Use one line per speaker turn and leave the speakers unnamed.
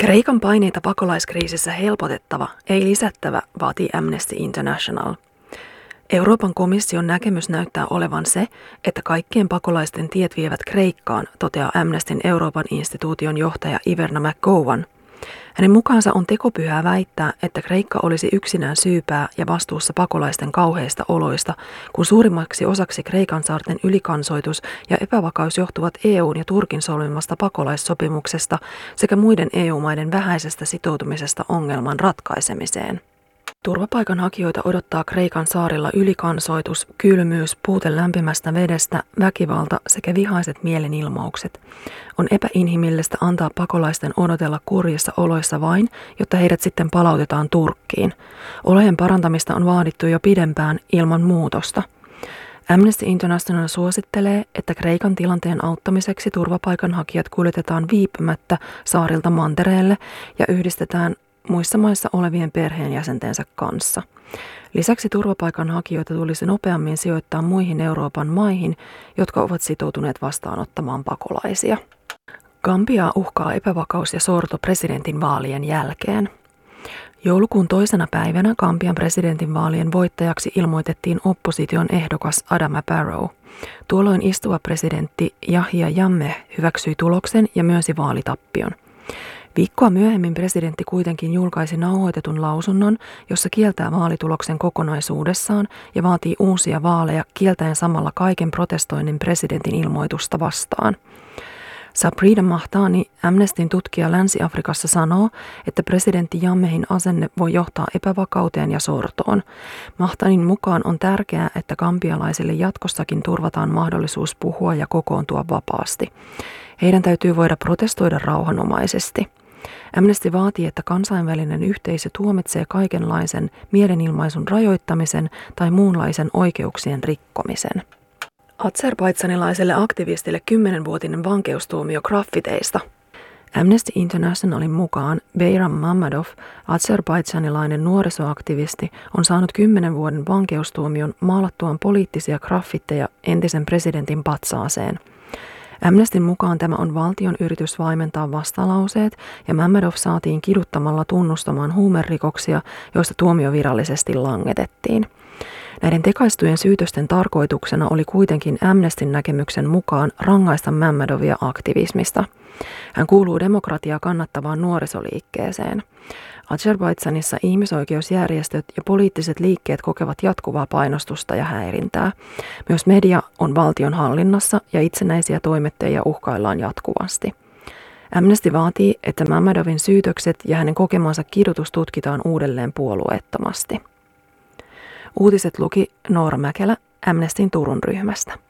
Kreikan paineita pakolaiskriisissä helpotettava, ei lisättävä, vaatii Amnesty International. Euroopan komission näkemys näyttää olevan se, että kaikkien pakolaisten tiet vievät Kreikkaan, toteaa Amnestyn Euroopan instituution johtaja Iverna McGowan. Hänen mukaansa on tekopyhää väittää, että Kreikka olisi yksinään syypää ja vastuussa pakolaisten kauheista oloista, kun suurimmaksi osaksi Kreikan saarten ylikansoitus ja epävakaus johtuvat EU:n ja Turkin solmimasta pakolaissopimuksesta sekä muiden EU-maiden vähäisestä sitoutumisesta ongelman ratkaisemiseen. Turvapaikanhakijoita odottaa Kreikan saarilla ylikansoitus, kylmyys, puute lämpimästä vedestä, väkivalta sekä vihaiset mielenilmaukset. On epäinhimillistä antaa pakolaisten odotella kurjissa oloissa vain, jotta heidät sitten palautetaan Turkkiin. Olojen parantamista on vaadittu jo pidempään ilman muutosta. Amnesty International suosittelee, että Kreikan tilanteen auttamiseksi turvapaikanhakijat kuljetetaan viipymättä saarilta mantereelle ja yhdistetään muissa maissa olevien perheenjäsentensä kanssa. Lisäksi turvapaikanhakijoita tulisi nopeammin sijoittaa muihin Euroopan maihin, jotka ovat sitoutuneet vastaanottamaan pakolaisia. Gambiaa uhkaa epävakaus ja sorto presidentin vaalien jälkeen. Joulukuun 2. päivänä Gambian presidentinvaalien voittajaksi ilmoitettiin opposition ehdokas Adama Barrow. Tuolloin istuva presidentti Yahya Jammeh hyväksyi tuloksen ja myönsi vaalitappion. Viikkoa myöhemmin presidentti kuitenkin julkaisi nauhoitetun lausunnon, jossa kieltää vaalituloksen kokonaisuudessaan ja vaatii uusia vaaleja kieltäen samalla kaiken protestoinnin presidentin ilmoitusta vastaan. Sabrina Mahtani, Amnestyn tutkija Länsi-Afrikassa, sanoo, että presidentti Jammehin asenne voi johtaa epävakauteen ja sortoon. Mahtanin mukaan on tärkeää, että gambialaisille jatkossakin turvataan mahdollisuus puhua ja kokoontua vapaasti. Heidän täytyy voida protestoida rauhanomaisesti. Amnesty vaatii, että kansainvälinen yhteisö tuomitsee kaikenlaisen mielenilmaisun rajoittamisen tai muunlaisen oikeuksien rikkomisen. Azerbaidžanilaiselle aktivistille 10-vuotinen vankeustuomio graffiteista. Amnesty Internationalin mukaan Beyram Mammadov, azerbaidžanilainen nuorisoaktivisti, on saanut 10 vuoden vankeustuomion maalattuaan poliittisia graffitteja entisen presidentin patsaaseen. Amnestyn mukaan tämä on valtion yritys vaimentaa vastalauseet ja Mammadov saatiin kiduttamalla tunnustamaan huumerikoksia, joista tuomio virallisesti langetettiin. Näiden tekaistujen syytösten tarkoituksena oli kuitenkin Amnestyn näkemyksen mukaan rangaista Mammadovia aktivismista. Hän kuuluu demokratiaa kannattavaan nuorisoliikkeeseen. Azerbaidžanissa ihmisoikeusjärjestöt ja poliittiset liikkeet kokevat jatkuvaa painostusta ja häirintää. Myös media on valtion hallinnassa ja itsenäisiä toimittajia uhkaillaan jatkuvasti. Amnesty vaatii, että Mammadovin syytökset ja hänen kokemansa kidutus tutkitaan uudelleen puolueettomasti. Uutiset luki Noora Mäkelä Amnestyn Turun ryhmästä.